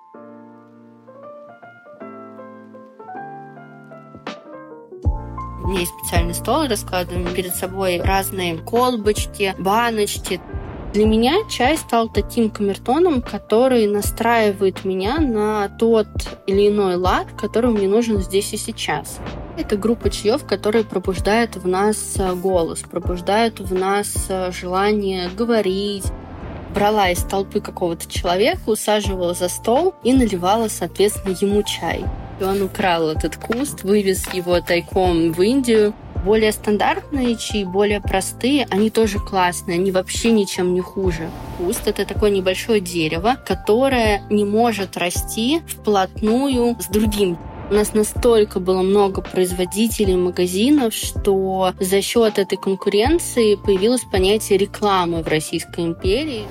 У меня есть специальный стол, раскладываем перед собой разные колбочки, баночки. Для меня чай стал таким камертоном, который настраивает меня на тот или иной лад, который мне нужен здесь и сейчас. Это группа чаев, которые пробуждают в нас голос, пробуждают в нас желание говорить. Брала из толпы какого-то человека, усаживала за стол и наливала, соответственно, ему чай. И он украл этот куст, вывез его тайком в Индию. Более стандартные чаи, более простые, они тоже классные, они вообще ничем не хуже. Куст — это такое небольшое дерево, которое не может расти вплотную с другим. У нас настолько было много производителей, магазинов, что за счет этой конкуренции появилось понятие рекламы в Российской империи.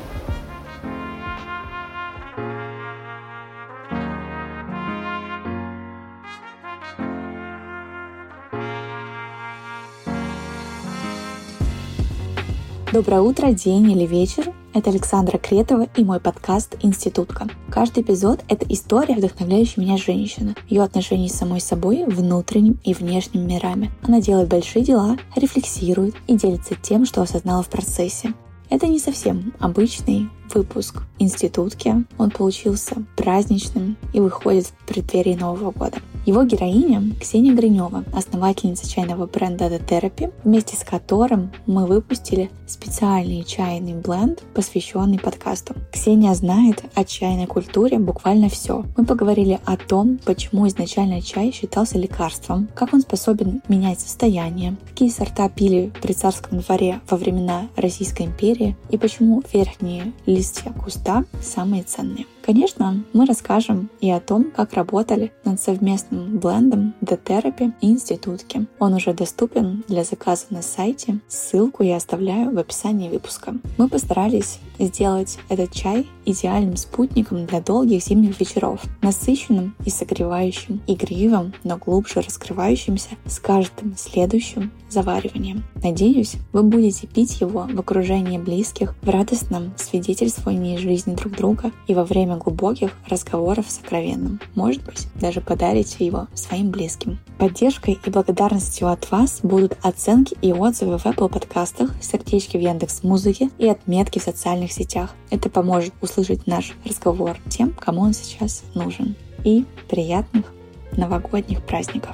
Доброе утро, день или вечер. Это Александра Кретова и мой подкаст «Институтка». Каждый эпизод — это история, вдохновляющая меня женщины, ее отношения с самой собой, внутренним и внешним мирами. Она делает большие дела, рефлексирует и делится тем, что осознала в процессе. Это не совсем обычный выпуск «Институтки». Он получился праздничным и выходит в преддверии Нового года. Его героиня — Ксения Гринева, основательница чайного бренда The Therapy, вместе с которым мы выпустили специальный чайный бленд, посвященный подкасту. Ксения знает о чайной культуре буквально все. Мы поговорили о том, почему изначально чай считался лекарством, как он способен менять состояние, какие сорта пили при царском дворе во времена Российской империи и почему верхние листья куста самые ценные. Конечно, мы расскажем и о том, как работали над совместным блендом The Therapy и Институтки. Он уже доступен для заказа на сайте. Ссылку я оставляю в описании выпуска. Мы постарались сделать этот чай идеальным спутником для долгих зимних вечеров, насыщенным и согревающим, игривым, но глубже раскрывающимся с каждым следующим завариванием. Надеюсь, вы будете пить его в окружении близких, в радостном свидетельствовании жизни друг друга и во время глубоких разговоров с сокровенным. Может быть, даже подарите его своим близким. Поддержкой и благодарностью от вас будут оценки и отзывы в Apple подкастах, сердечки в Яндекс.Музыке и отметки в социальных сетях. Это поможет услышать наш разговор тем, кому он сейчас нужен. И приятных новогодних праздников!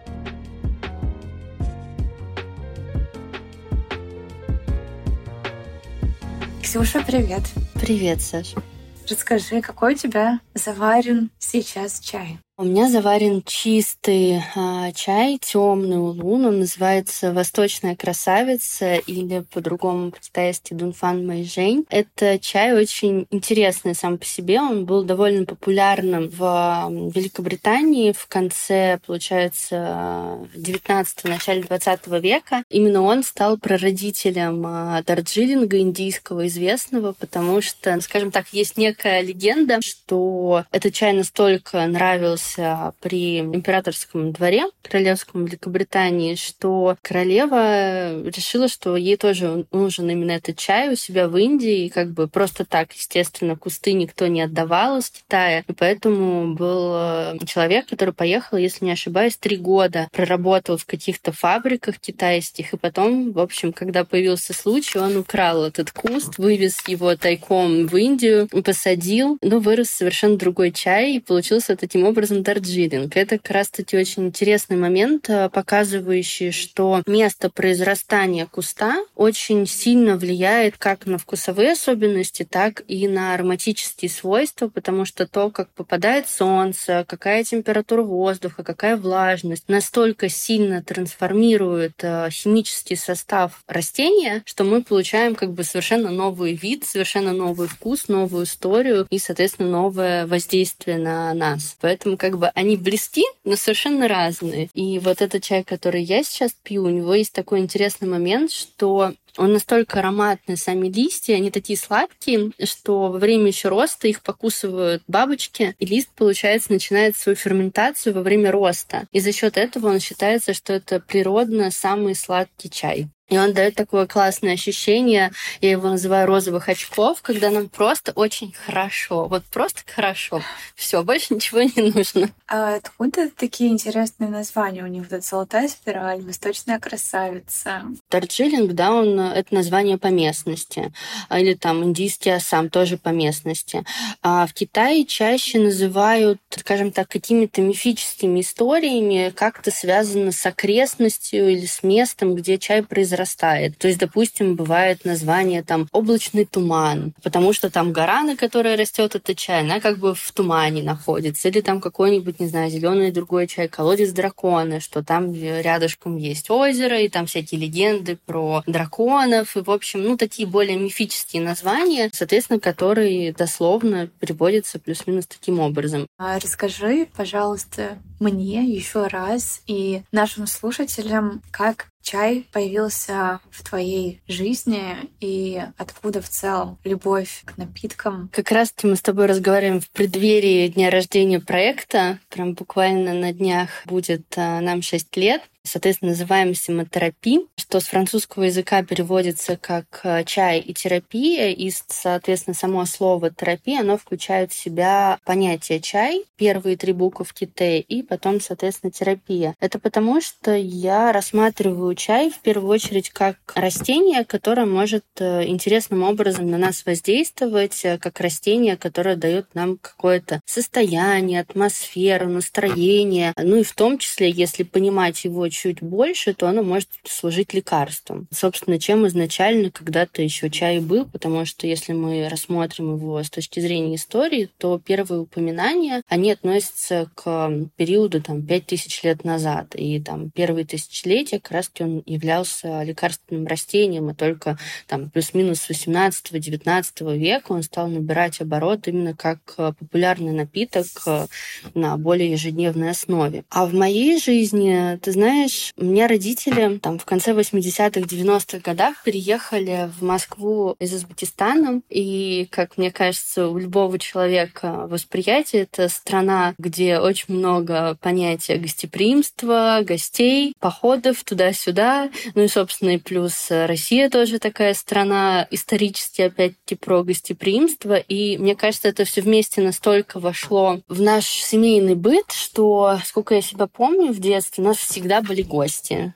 Ксюша, привет! Привет, Саша! Расскажи, какой у тебя заварен сейчас чай? У меня заварен чистый чай, темный улун. Он называется «Восточная красавица» или по-другому по-китайски «Дунфан Мэйжэнь». Это чай очень интересный сам по себе. Он был довольно популярным в Великобритании в конце, получается, 19-го, начале 20 века. Именно он стал прародителем дарджилинга индийского известного, потому что, скажем так, есть некая легенда, что этот чай настолько нравился при императорском дворе королевском Великобритании, что королева решила, что ей тоже нужен именно этот чай у себя в Индии. И как бы просто так, естественно, кусты никто не отдавал из Китая. И поэтому был человек, который поехал, если не ошибаюсь, 3 года проработал в каких-то фабриках китайских. И потом, в общем, когда появился случай, он украл этот куст, вывез его тайком в Индию, посадил, но вырос совершенно другой чай, и получился таким образом дарджилинг. Это как раз-таки очень интересный момент, показывающий, что место произрастания куста очень сильно влияет как на вкусовые особенности, так и на ароматические свойства, потому что то, как попадает солнце, какая температура воздуха, какая влажность, настолько сильно трансформирует химический состав растения, что мы получаем как бы совершенно новый вид, совершенно новый вкус, новую историю и, соответственно, новое воздействие на нас. Поэтому как бы они близки, но совершенно разные. И вот этот чай, который я сейчас пью, у него есть такой интересный момент, что он настолько ароматный, сами листья, они такие сладкие, что во время еще роста их покусывают бабочки, и лист, получается, начинает свою ферментацию во время роста. И за счет этого он считается, что это природно самый сладкий чай. И он дает такое классное ощущение, я его называю розовых очков, когда нам просто очень хорошо. Вот просто хорошо. Все, больше ничего не нужно. А откуда такие интересные названия у них? Вот эта золотая спираль, восточная красавица. Дарджилинг, да, это название по местности. Или там индийский Ассам тоже по местности. А в Китае чаще называют, скажем так, какими-то мифическими историями, как-то связано с окрестностью или с местом, где чай произрастает. То есть, допустим, бывает название там облачный туман, потому что там гора, на которой растет этот чай, она как бы в тумане находится. Или там какой-нибудь, не знаю, зеленый другой чай, колодец дракона, что там рядышком есть озеро, и там всякие легенды про драконов, и, в общем, такие более мифические названия, соответственно, которые дословно переводятся плюс-минус таким образом. Расскажи, пожалуйста, мне еще раз и нашим слушателям, как чай появился в твоей жизни и откуда в целом любовь к напиткам? Как раз-таки мы с тобой разговариваем в преддверии дня рождения проекта. Прям буквально на днях будет нам 6 лет. Соответственно, называемся мы «Терапи», что с французского языка переводится как «чай» и «терапия», и, соответственно, само слово «терапия», оно включает в себя понятие «чай», первые 3 буковки «Т», и потом, соответственно, «терапия». Это потому, что я рассматриваю чай в первую очередь как растение, которое может интересным образом на нас воздействовать, как растение, которое дает нам какое-то состояние, атмосферу, настроение. И в том числе, если понимать его чуть больше, то оно может служить лекарством. Собственно, чем изначально когда-то еще чай был, потому что если мы рассмотрим его с точки зрения истории, то первые упоминания, они относятся к периоду 5000 лет назад. И первые тысячелетия как раз-таки он являлся лекарственным растением, и только плюс-минус с 18-19 века он стал набирать оборот именно как популярный напиток на более ежедневной основе. А в моей жизни, ты знаешь, у меня родители в конце 80-х, 90-х годах переехали в Москву из Узбекистана, и, как мне кажется, у любого человека восприятие — это страна, где очень много понятия гостеприимства, гостей, походов туда-сюда, и, собственно, и плюс Россия тоже такая страна, исторически, опять-таки, про гостеприимство, и мне кажется, это все вместе настолько вошло в наш семейный быт, что, сколько я себя помню в детстве, у нас всегда были гости.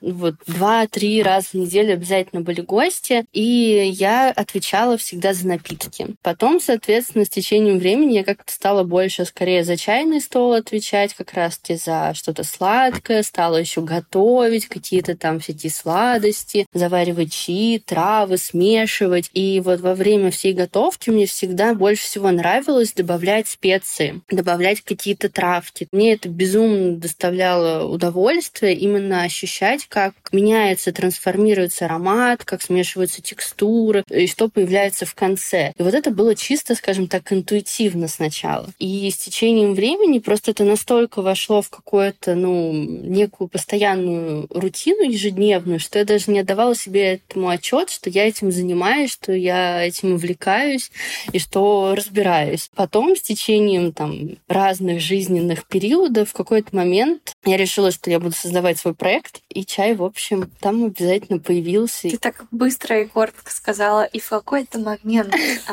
2-3 раза в неделю обязательно были гости, и я отвечала всегда за напитки. Потом, соответственно, с течением времени я как-то стала больше, скорее, за чайный стол отвечать, как раз-таки за что-то сладкое, стала еще готовить какие-то всякие сладости, заваривать чаи, травы, смешивать. И во время всей готовки мне всегда больше всего нравилось добавлять специи, добавлять какие-то травки. Мне это безумно доставляло удовольствие именно ощущать, как меняется, трансформируется аромат, как смешиваются текстуры, и что появляется в конце. И это было чисто, скажем так, интуитивно сначала. И с течением времени просто это настолько вошло в какую-то, некую постоянную рутину ежедневную, что я даже не отдавала себе этому отчет, что я этим занимаюсь, что я этим увлекаюсь и что разбираюсь. Потом, с течением разных жизненных периодов, в какой-то момент я решила, что я буду создавать свой проект, и чай, в общем, там обязательно появился. Ты так быстро и коротко сказала, и в какой-то момент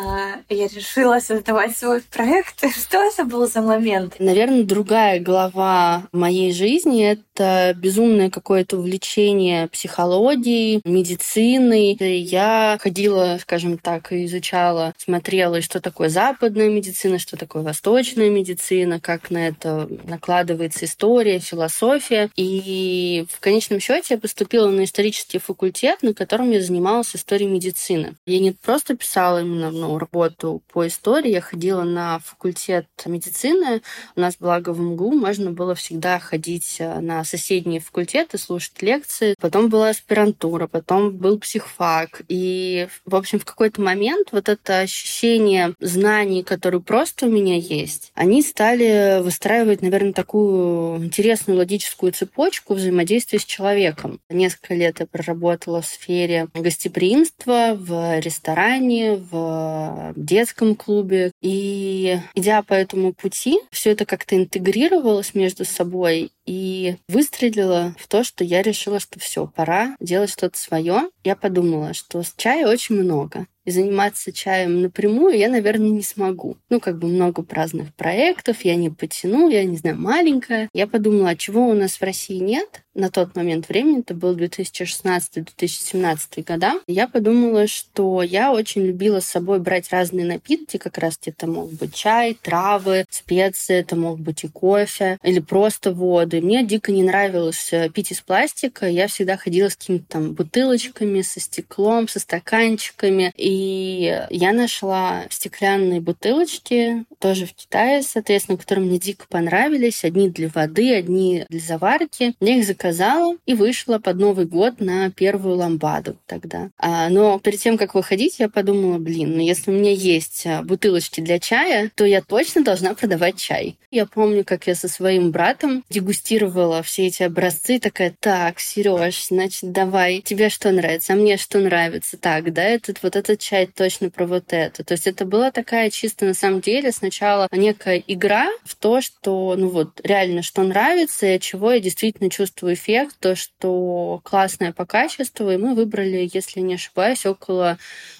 я решила создавать свой проект. Что это был за момент? Наверное, другая глава моей жизни — это безумное какое-то увлечение психологией, медициной. Я ходила, скажем так, и изучала, смотрела, что такое западная медицина, что такое восточная медицина, как на это накладывается история, философия. И в конечном счете я поступила на исторический факультет, на котором я занималась историей медицины. Я не просто писала именно работу по истории, я ходила на факультет медицины. У нас, благо, в МГУ можно было всегда ходить на соседние факультеты, слушать лекции. Потом была аспирантура, потом был психфак. И, в общем, в какой-то момент это ощущение знаний, которые просто у меня есть, они стали выстраивать, наверное, такую интересную логическую цепочку взаимодействия с человеком. Несколько лет я проработала в сфере гостеприимства, в ресторане, в детском клубе. И идя по этому пути, все это как-то интегрировалось между собой и выстрелило в то, что я решила, что все, пора делать что-то свое. Я подумала, что с чая очень много. И заниматься чаем напрямую я, наверное, не смогу. Много разных проектов, я не потяну, я не знаю, маленькая. Я подумала, а чего у нас в России нет? На тот момент времени, это был 2016-2017 года, я подумала, что я очень любила с собой брать разные напитки, как раз это мог быть чай, травы, специи, это мог быть и кофе, или просто воду. И мне дико не нравилось пить из пластика, я всегда ходила с какими-то там бутылочками, со стеклом, со стаканчиками, и я нашла стеклянные бутылочки, тоже в Китае, соответственно, которые мне дико понравились, одни для воды, одни для заварки. Я их заказала и вышла под Новый год на первую ламбаду тогда. Но перед тем, как выходить, я подумала, если у меня есть бутылочки для чая, то я точно должна продавать чай. Я помню, как я со своим братом дегустировала все эти образцы, такая, так, Серёж, значит, давай, тебе что нравится, а мне что нравится, так, да, этот чай точно про вот это. То есть это была такая чисто, на самом деле, сначала некая игра в то, что, реально, что нравится, и от чего я действительно чувствую эффект, то, что классное по качеству, и мы выбрали, если не ошибаюсь, около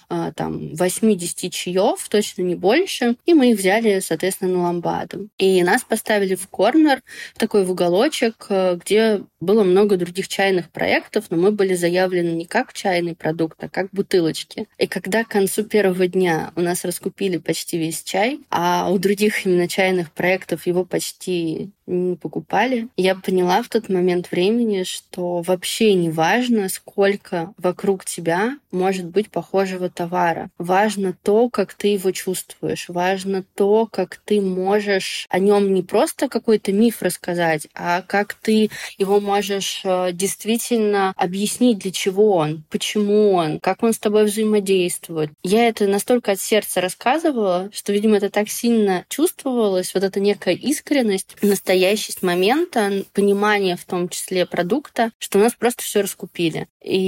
80 чаев, точно не больше, и мы их взяли, соответственно, на ламбаду. И нас поставили в корнер, в уголочек, где было много других чайных проектов, но мы были заявлены не как чайный продукт, а как бутылочки. И когда к концу первого дня у нас раскупили почти весь чай, а у других именно чайных проектов его почти не покупали, я поняла в тот момент времени, что вообще не важно, сколько вокруг тебя может быть похожего товара. Важно то, как ты его чувствуешь. Важно то, как ты можешь о нем не просто какой-то миф рассказать, а как ты его можешь действительно объяснить, для чего он, почему он, как он с тобой взаимодействует. Я это настолько от сердца рассказывала, что, видимо, это так сильно чувствовалось, вот эта некая искренность, настоящесть момента, понимание в том числе продукта, что у нас просто все раскупили.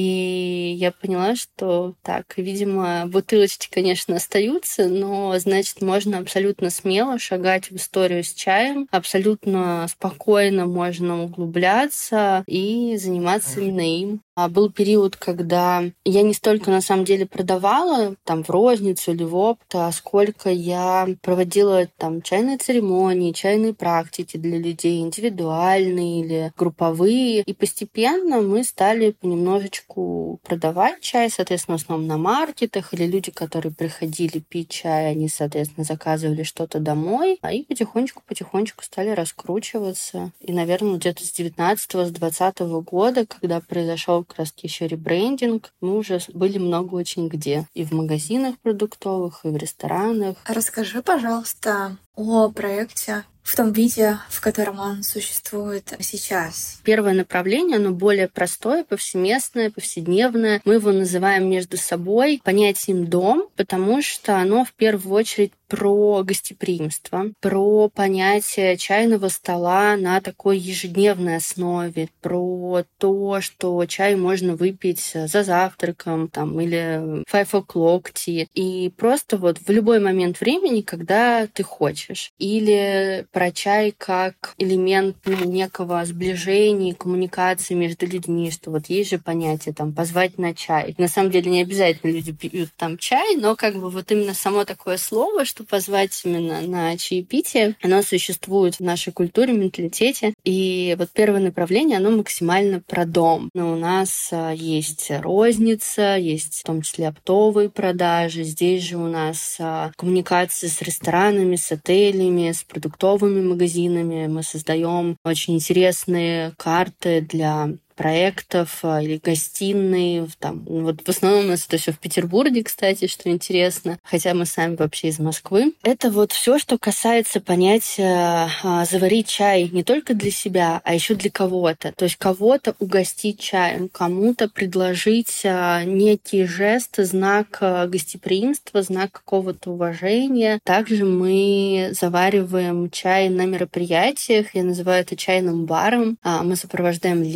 И я поняла, что так, видимо, бутылочки, конечно, остаются, но, значит, можно абсолютно смело шагать в историю с чаем, абсолютно спокойно можно углубляться и заниматься именно им. Был период, когда я не столько, на самом деле, продавала в розницу или в опт, а сколько я проводила чайные церемонии, чайные практики для людей, индивидуальные или групповые. И постепенно мы стали понемножечку продавать чай, соответственно, в основном на маркетах, или люди, которые приходили пить чай, они, соответственно, заказывали что-то домой, и потихонечку стали раскручиваться. И, наверное, где-то с 2019-2020 года, когда произошел как раз еще ребрендинг, мы уже были много очень где. И в магазинах продуктовых, и в ресторанах. Расскажи, пожалуйста, о проекте в том виде, в котором он существует сейчас. Первое направление, оно более простое, повсеместное, повседневное. Мы его называем между собой понятием «дом», потому что оно в первую очередь про гостеприимство, про понятие чайного стола на такой ежедневной основе, про то, что чай можно выпить за завтраком или 5 o'clock tea, и просто в любой момент времени, когда ты хочешь. Или про чай как элемент некого сближения, коммуникации между людьми, что есть же понятие позвать на чай. На самом деле не обязательно люди пьют чай, но именно само такое слово, что позвать именно на чаепитие, оно существует в нашей культуре, менталитете. И первое направление, оно максимально про дом. Но у нас есть розница, есть в том числе оптовые продажи. Здесь же у нас коммуникации с ресторанами, с отелями, с продуктовыми магазинами. Мы создаем очень интересные карты для проектов или гостиные. В основном у нас это все в Петербурге, кстати, что интересно, хотя мы сами вообще из Москвы. Это все, что касается понятия заварить чай не только для себя, а еще для кого-то. То есть кого-то угостить чаем, кому-то предложить некий жест, знак гостеприимства, знак какого-то уважения. Также мы завариваем чай на мероприятиях. Я называю это чайным баром. Мы сопровождаем лекции,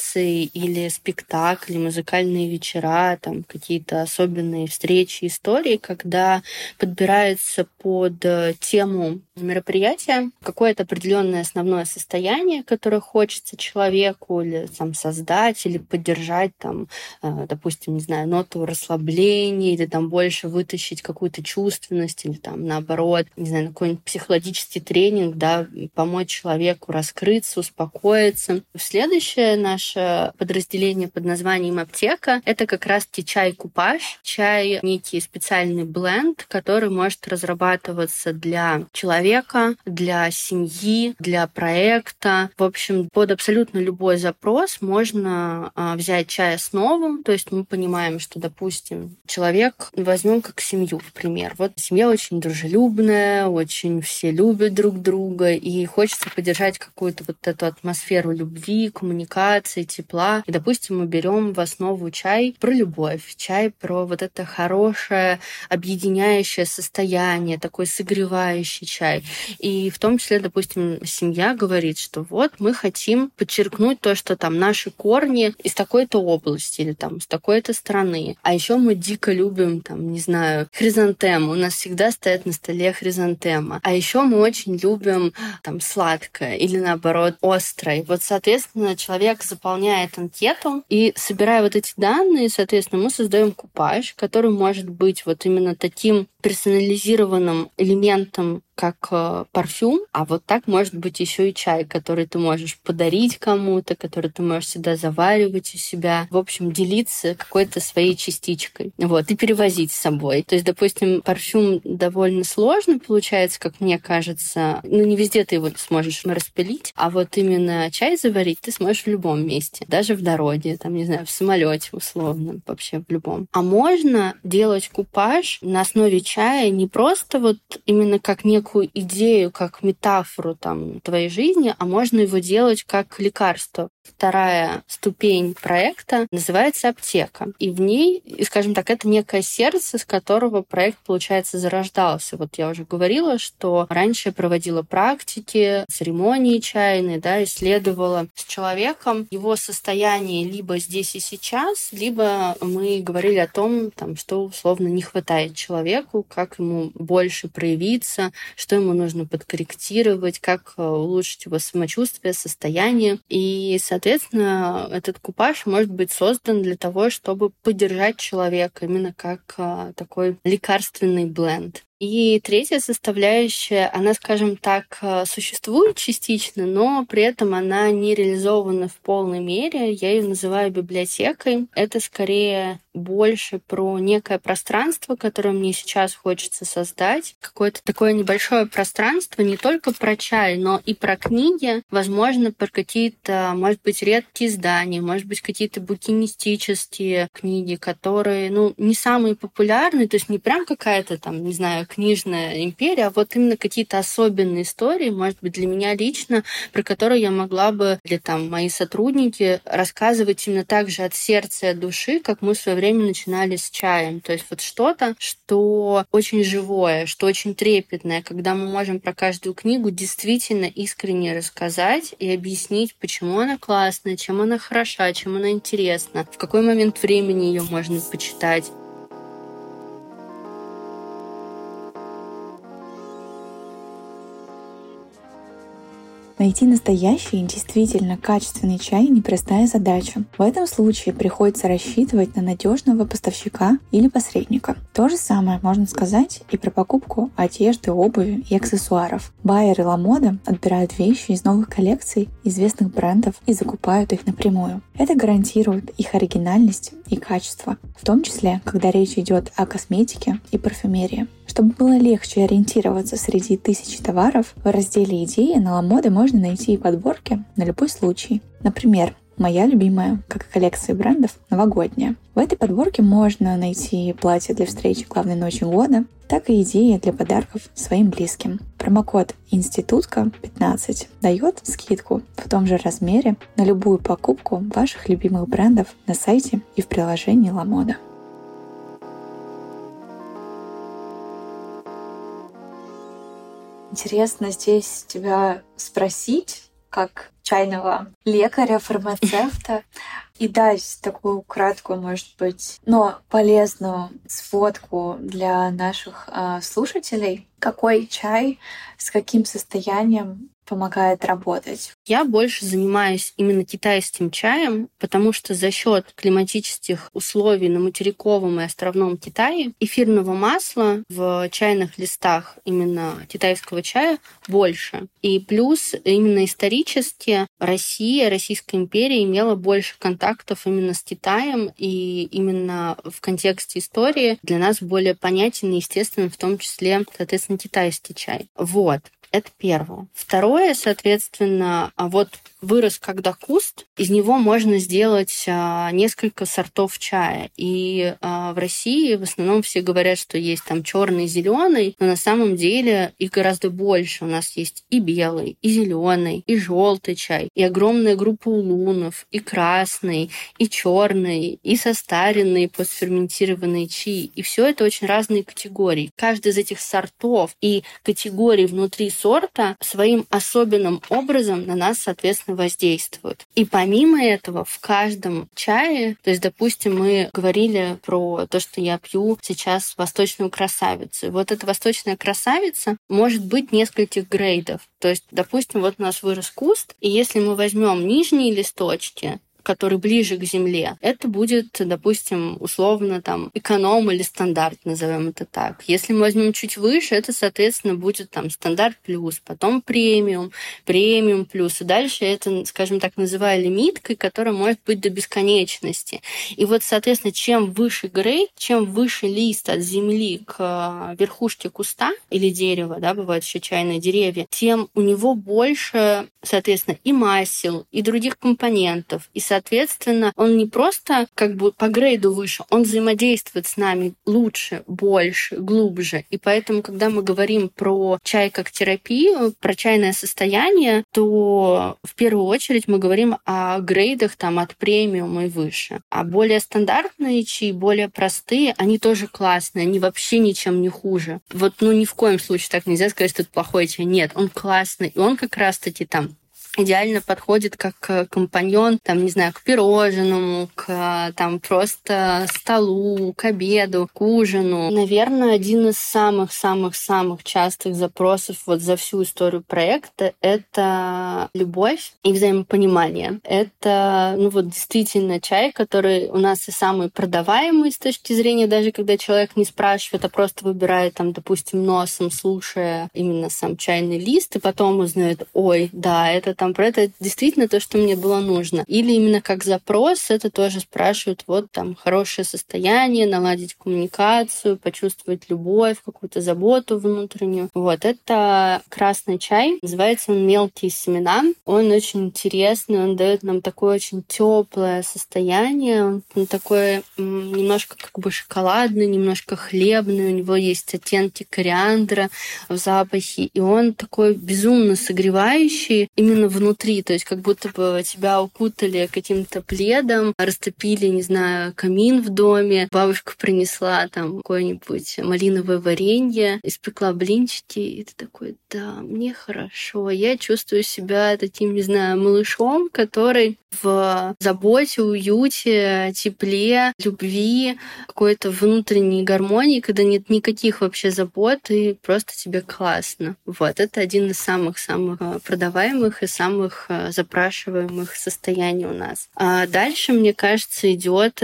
лекции или спектакли, музыкальные вечера, там какие-то особенные встречи, истории, когда подбирается под тему мероприятия какое-то определенное основное состояние, которое хочется человеку или там создать, или поддержать там, допустим, не знаю, ноту расслабления, или там больше вытащить какую-то чувственность, или там наоборот, не знаю, на какой-нибудь психологический тренинг, да, помочь человеку раскрыться, успокоиться. Следующее наше подразделение под названием «Аптека» — это как раз-таки чай-купаж. Чай — некий специальный бленд, который может разрабатываться для человека, для семьи, для проекта. В общем, под абсолютно любой запрос можно взять чай-основу. То есть мы понимаем, что, допустим, человек, возьмем как семью, в пример. Вот семья очень дружелюбная, очень все любят друг друга, и хочется поддержать какую-то вот эту атмосферу любви, коммуникации, тепла. И, допустим, мы берем в основу чай про любовь, чай про вот это хорошее, объединяющее состояние, такой согревающий чай. И в том числе, допустим, семья говорит, что вот мы хотим подчеркнуть то, что там наши корни из такой-то области или там с такой-то страны. А еще мы дико любим, там, не знаю, хризантему. У нас всегда стоят на столе хризантема. А еще мы очень любим там сладкое или наоборот острое. Вот, соответственно, человек заполняет анкету, и собирая вот эти данные, соответственно, мы создаем купаж, который может быть вот именно таким персонализированным элементом, как парфюм, а вот так может быть еще и чай, который ты можешь подарить кому-то, который ты можешь всегда заваривать у себя, в общем, делиться какой-то своей частичкой, вот, и перевозить с собой. То есть, допустим, парфюм довольно сложно получается, как мне кажется, ну, не везде ты его сможешь распилить, а вот именно чай заварить ты сможешь в любом месте, даже в дороге, там, не знаю, в самолете условно, вообще в любом. А можно делать купаж на основе чая не просто вот именно как некую идею, как метафору там твоей жизни, а можно его делать как лекарство. Вторая ступень проекта называется «Аптека». И в ней, скажем так, это некое сердце, с которого проект, получается, зарождался. Вот я уже говорила, что раньше я проводила практики, церемонии чайные, да, исследовала с человеком его состояние либо здесь и сейчас, либо мы говорили о том, там, что условно не хватает человеку, как ему больше проявиться, что ему нужно подкорректировать, как улучшить его самочувствие, состояние. И, соответственно, этот купаж может быть создан для того, чтобы поддержать человека именно как такой лекарственный бленд. И третья составляющая, она, скажем так, существует частично, но при этом она не реализована в полной мере. Я ее называю библиотекой. Это скорее больше про некое пространство, которое мне сейчас хочется создать. Какое-то такое небольшое пространство не только про чай, но и про книги. Возможно, про какие-то, может быть, редкие издания, может быть, какие-то букинистические книги, которые, ну, не самые популярные, то есть не прям какая-то там, не знаю, книжная империя, а вот именно какие-то особенные истории, может быть, для меня лично, про которые я могла бы, или там мои сотрудники, рассказывать именно так же от сердца и от души, как мы в свое время начинали с чаем. То есть вот что-то, что очень живое, что очень трепетное, когда мы можем про каждую книгу действительно искренне рассказать и объяснить, почему она классная, чем она хороша, чем она интересна, в какой момент времени ее можно почитать. Найти настоящий, действительно качественный чай — непростая задача. В этом случае приходится рассчитывать на надежного поставщика или посредника. То же самое можно сказать и про покупку одежды, обуви и аксессуаров. Байеры Ламода отбирают вещи из новых коллекций известных брендов и закупают их напрямую. Это гарантирует их оригинальность и качество, в том числе, когда речь идет о косметике и парфюмерии. Чтобы было легче ориентироваться среди тысяч товаров, в разделе «Идеи» на Ламоде можно найти подборки на любой случай. Например, моя любимая, как и коллекция брендов, новогодняя. В этой подборке можно найти платье для встречи главной ночи года, так и идеи для подарков своим близким. Промокод «Институтка 15» дает скидку в том же размере на любую покупку ваших любимых брендов на сайте и в приложении Ламода. Интересно здесь тебя спросить, как чайного лекаря, фармацевта, и дать такую краткую, может быть, но полезную сводку для наших слушателей, какой чай с каким состоянием помогает работать. Я больше занимаюсь именно китайским чаем, потому что за счет климатических условий на материковом и островном Китае эфирного масла в чайных листах именно китайского чая больше. И плюс именно исторически Российская империя имела больше контактов именно с Китаем, и именно в контексте истории для нас более понятен и естественно, в том числе, соответственно, китайский чай. Вот. Это первое. Второе, соответственно, вот вырос когда куст, из него можно сделать несколько сортов чая. И в России в основном все говорят, что есть там черный, зеленый, но на самом деле их гораздо больше. У нас есть и белый, и зеленый, и желтый чай, и огромная группа улунов, и красный, и черный, и состаренные постферментированные чаи. И все это очень разные категории. Каждый из этих сортов и категорий внутри сорта своим особенным образом на нас, соответственно, воздействуют. И помимо этого, в каждом чае, то есть, допустим, мы говорили про то, что я пью сейчас восточную красавицу. И вот эта восточная красавица может быть нескольких грейдов. То есть, допустим, вот у нас вырос куст, и если мы возьмем нижние листочки, который ближе к земле, это будет, допустим, условно там эконом или стандарт, назовем это так. Если мы возьмем чуть выше, это, соответственно, будет там стандарт плюс, потом премиум, премиум плюс, и дальше это, скажем так, называю лимиткой, которая может быть до бесконечности. И вот, соответственно, чем выше грейд, чем выше лист от земли к верхушке куста или дерева, да, бывают еще чайные деревья, тем у него больше, соответственно, и масел, и других компонентов, и, соответственно, он не просто как бы по грейду выше, он взаимодействует с нами лучше, больше, глубже. И поэтому, когда мы говорим про чай как терапию, про чайное состояние, то в первую очередь мы говорим о грейдах там от премиума и выше. А более стандартные чаи, более простые, они тоже классные, они вообще ничем не хуже. Вот, ни в коем случае так нельзя сказать, что это плохой чай. Нет, он классный, и он как раз-таки там идеально подходит как компаньон, там, не знаю, к пирожному, к там просто столу, к обеду, к ужину. Наверное, один из самых-самых-самых частых запросов вот за всю историю проекта — это любовь и взаимопонимание. Это, действительно чай, который у нас и самый продаваемый с точки зрения, даже когда человек не спрашивает, а просто выбирает, там, допустим, носом, слушая именно сам чайный лист, и потом узнает: ой, да, это там про это действительно то, что мне было нужно. Или именно как запрос, это тоже спрашивают, вот там хорошее состояние, наладить коммуникацию, почувствовать любовь, какую-то заботу внутреннюю. Вот, это красный чай. Называется он «Мелкие семена». Он очень интересный, он дает нам такое очень теплое состояние. Он такой немножко как бы шоколадный, немножко хлебный. У него есть оттенки кориандра в запахе. И он такой безумно согревающий именно внутри, то есть как будто бы тебя укутали каким-то пледом, растопили, не знаю, камин в доме, бабушка принесла там какое-нибудь малиновое варенье, испекла блинчики, и ты такой: да, мне хорошо, я чувствую себя таким, не знаю, малышом, который в заботе, уюте, тепле, любви, какой-то внутренней гармонии, когда нет никаких вообще забот, и просто тебе классно. Вот, это один из самых-самых продаваемых и самых запрашиваемых состояний у нас. А дальше, мне кажется, идет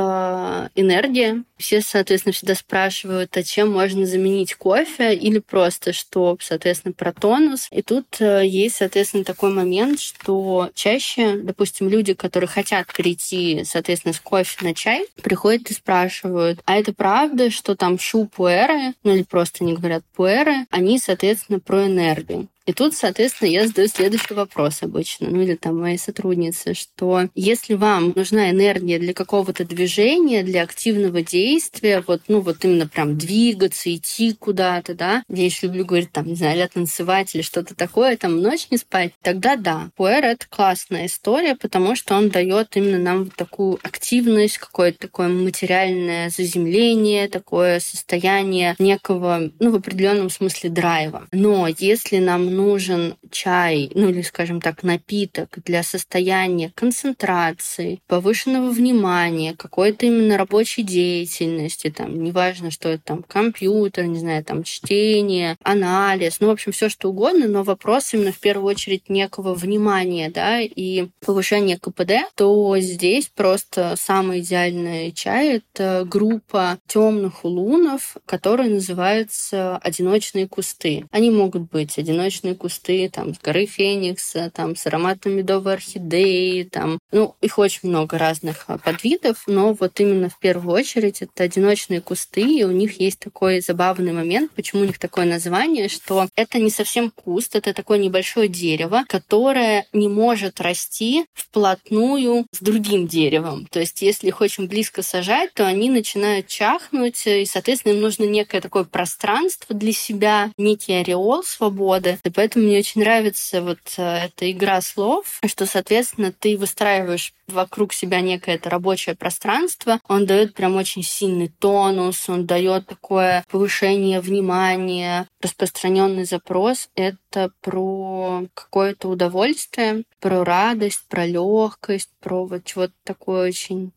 это энергия. Все, соответственно, всегда спрашивают, а чем можно заменить кофе или просто, что, соответственно, про тонус. И тут есть, соответственно, такой момент, что чаще, допустим, люди, которые хотят перейти, соответственно, с кофе на чай, приходят и спрашивают: а это правда, что там шу-пуэры, или просто не говорят пуэры, они, соответственно, про энергию? И тут, соответственно, я задаю следующий вопрос обычно, или там моей сотруднице, что если вам нужна энергия для какого-то движения, для активного действия, вот именно прям двигаться, идти куда-то, да, я еще люблю говорить, там, не знаю, танцевать или что-то такое, там, ночь не спать, тогда да, пуэр — это классная история, потому что он дает именно нам вот такую активность, какое-то такое материальное заземление, такое состояние некого, в определенном смысле драйва. Но если нам вам нужен чай, ну или, скажем так, напиток для состояния концентрации, повышенного внимания, какой-то именно рабочей деятельности, там, неважно, что это там компьютер, не знаю, там, чтение, анализ, ну, в общем, все что угодно, но вопрос именно в первую очередь некого внимания, да, и повышения КПД, то здесь просто самый идеальный чай — это группа темных улунов, которые называются одиночные кусты. Они могут быть одиночные кусты там, с горы Феникса, там, с ароматом медовой орхидеи, там, ну, их очень много разных подвидов, но вот именно в первую очередь это одиночные кусты, и у них есть такой забавный момент, почему у них такое название, что это не совсем куст, это такое небольшое дерево, которое не может расти вплотную с другим деревом. То есть, если их очень близко сажать, то они начинают чахнуть, и, соответственно, им нужно некое такое пространство для себя, некий ореол свободы. И поэтому мне очень нравится вот эта игра слов, что, соответственно, ты выстраиваешь вокруг себя некое это рабочее пространство, он дает прям очень сильный тонус, он дает такое повышение внимания, распространенный запрос. Это про какое-то удовольствие, про радость, про легкость, про вот чего-то такое очень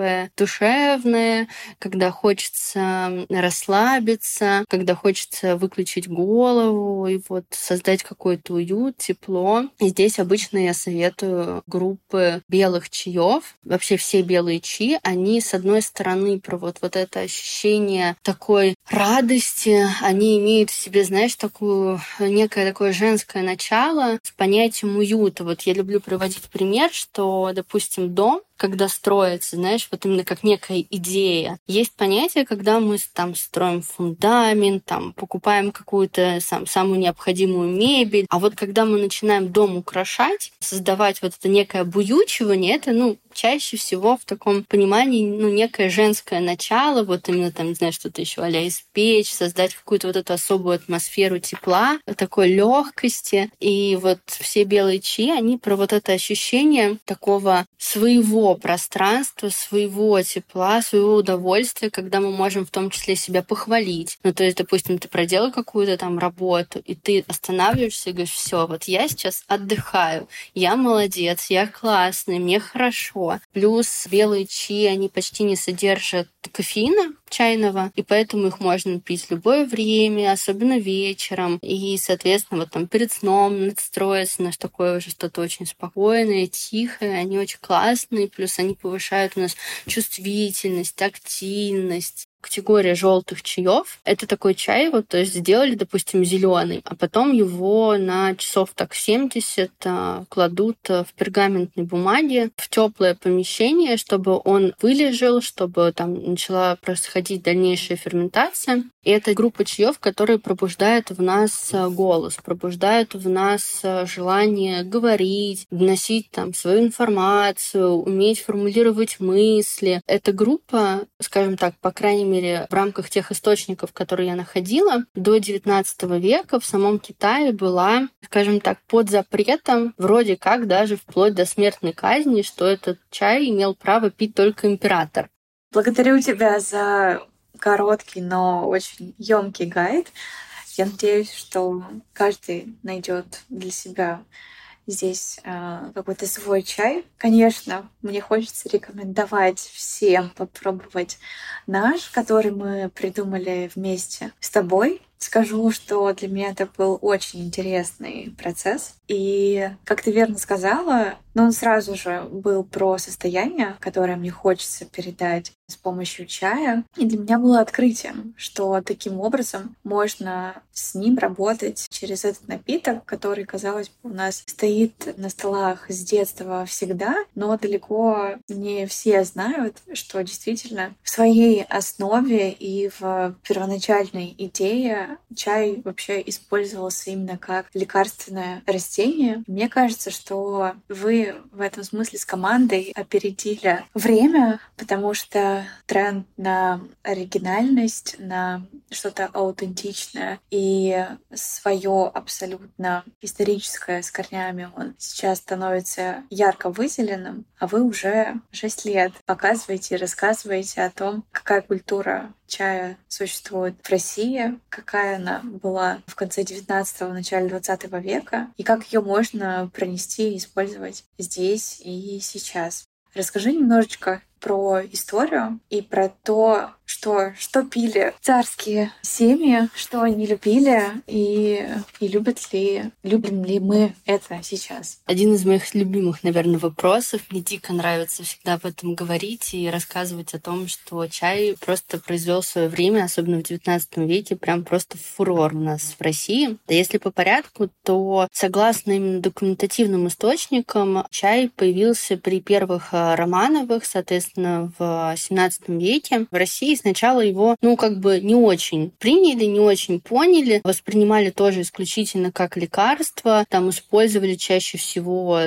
душевное, когда хочется расслабиться, когда хочется выключить голову и вот создать какой-то уют, тепло. И здесь обычно я советую группы белых чаев. Вообще все белые чаи, они, с одной стороны, про вот это ощущение такой радости, они имеют в себе, знаешь, некое такое женское начало с понятием уюта. Вот я люблю приводить пример, что, допустим, дом, когда строится, знаешь, вот именно как некая идея. Есть понятие, когда мы там строим фундамент, там покупаем какую-то самую необходимую мебель. А вот когда мы начинаем дом украшать, создавать вот это некое буючивание, это, чаще всего в таком понимании, некое женское начало, вот именно там, не знаю, что-то еще а-ля испечь, создать какую-то вот эту особую атмосферу тепла, такой легкости. И вот все белые чаи, они про вот это ощущение такого своего пространства, своего тепла, своего удовольствия, когда мы можем в том числе себя похвалить. То есть, допустим, ты проделал какую-то там работу, и ты останавливаешься и говоришь: все, вот я сейчас отдыхаю, я молодец, я классный, мне хорошо. Плюс белые чаи, они почти не содержат кофеина чайного, и поэтому их можно пить в любое время, особенно вечером. И, соответственно, вот там перед сном настроиться на такое уже что-то очень спокойное, тихое. Они очень классные, плюс они повышают у нас чувствительность, тактильность. Категория желтых чаев — это такой чай, то есть сделали, допустим, зеленый, а потом его на часов так 70 кладут в пергаментной бумаге в теплое помещение, чтобы он вылежал, чтобы там начала происходить дальнейшая ферментация. И это группа чаев, которые пробуждают в нас голос, пробуждают в нас желание говорить, доносить там свою информацию, уметь формулировать мысли. Эта группа, скажем так, по крайней мере, в рамках тех источников, которые я находила, до XIX века в самом Китае была, скажем так, под запретом, вроде как даже вплоть до смертной казни, что этот чай имел право пить только император. Благодарю тебя за короткий, но очень ёмкий гайд. Я надеюсь, что каждый найдет для себя здесь какой-то свой чай. Конечно, мне хочется рекомендовать всем попробовать наш, который мы придумали вместе с тобой. Скажу, что для меня это был очень интересный процесс. И, как ты верно сказала, он сразу же был про состояние, которое мне хочется передать с помощью чая. И для меня было открытием, что таким образом можно с ним работать через этот напиток, который, казалось бы, у нас стоит на столах с детства всегда, но далеко не все знают, что действительно в своей основе и в первоначальной идее чай вообще использовался именно как лекарственное растение. Мне кажется, что вы в этом смысле с командой опередили время, потому что тренд на оригинальность, на что-то аутентичное и свое абсолютно историческое с корнями, он сейчас становится ярко выделенным, а вы уже 6 лет показываете и рассказываете о том, какая культура чая существует в России, какая она была в конце 19-го, начале 20 века, и как ее можно пронести и использовать здесь и сейчас. Расскажи немножечко про историю и про то, что пили царские семьи, что они любили и любим ли мы это сейчас. Один из моих любимых, наверное, вопросов. Мне дико нравится всегда об этом говорить и рассказывать о том, что чай просто произвел в свое время, особенно в XIX веке, прям просто фурор у нас в России. Да если по порядку, то согласно именно документативным источникам, чай появился при первых Романовых, соответственно, в XVII веке. В России сначала его, не очень приняли, не очень поняли, воспринимали тоже исключительно как лекарство, там использовали чаще всего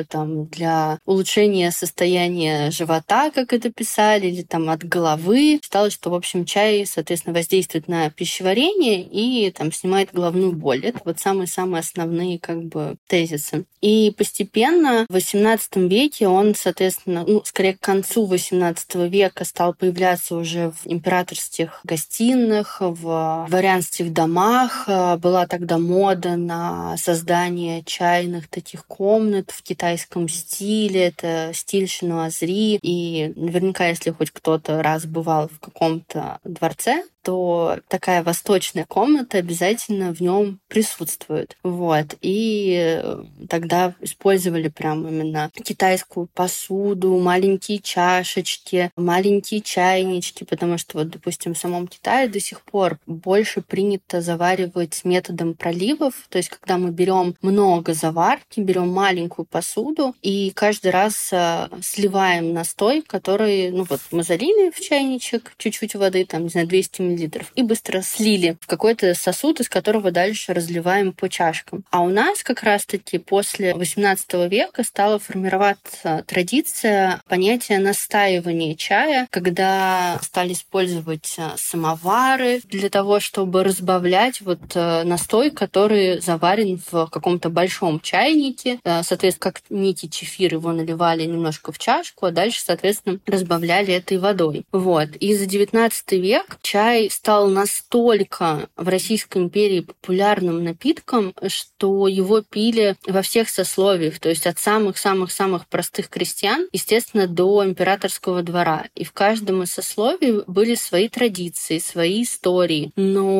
для улучшения состояния живота, как это писали, или от головы. Считалось, что, в общем, чай, соответственно, воздействует на пищеварение и снимает головную боль. Это вот самые-самые основные тезисы. И постепенно в XVIII веке он, соответственно, скорее к концу XVIII века стал появляться уже в императорских гостиных, в дворянских домах. Была тогда мода на создание чайных таких комнат в китайском стиле. Это стиль шинуазри. И наверняка, если хоть кто-то раз бывал в каком-то дворце, то такая восточная комната обязательно в нем присутствует. Вот. И тогда использовали прям именно китайскую посуду, маленькие чашечки, маленькие чайнички, потому что, допустим, в самом Китае до сих пор больше принято заваривать методом проливов, то есть когда мы берем много заварки, берем маленькую посуду и каждый раз сливаем настой, который, мы залили в чайничек чуть-чуть воды, 200 мл, и быстро слили в какой-то сосуд, из которого дальше разливаем по чашкам. А у нас как раз-таки после XVIII века стала формироваться традиция понятия настаивания чая, когда стали использовать самовары для того, чтобы разбавлять настой, который заварен в каком-то большом чайнике. Соответственно, как некий чефир, его наливали немножко в чашку, а дальше, соответственно, разбавляли этой водой. Вот. И за XIX век чай стал настолько в Российской империи популярным напитком, что его пили во всех сословиях, то есть от самых-самых-самых простых крестьян, естественно, до императорского двора. И в каждом из сословий были свои традиции, свои истории,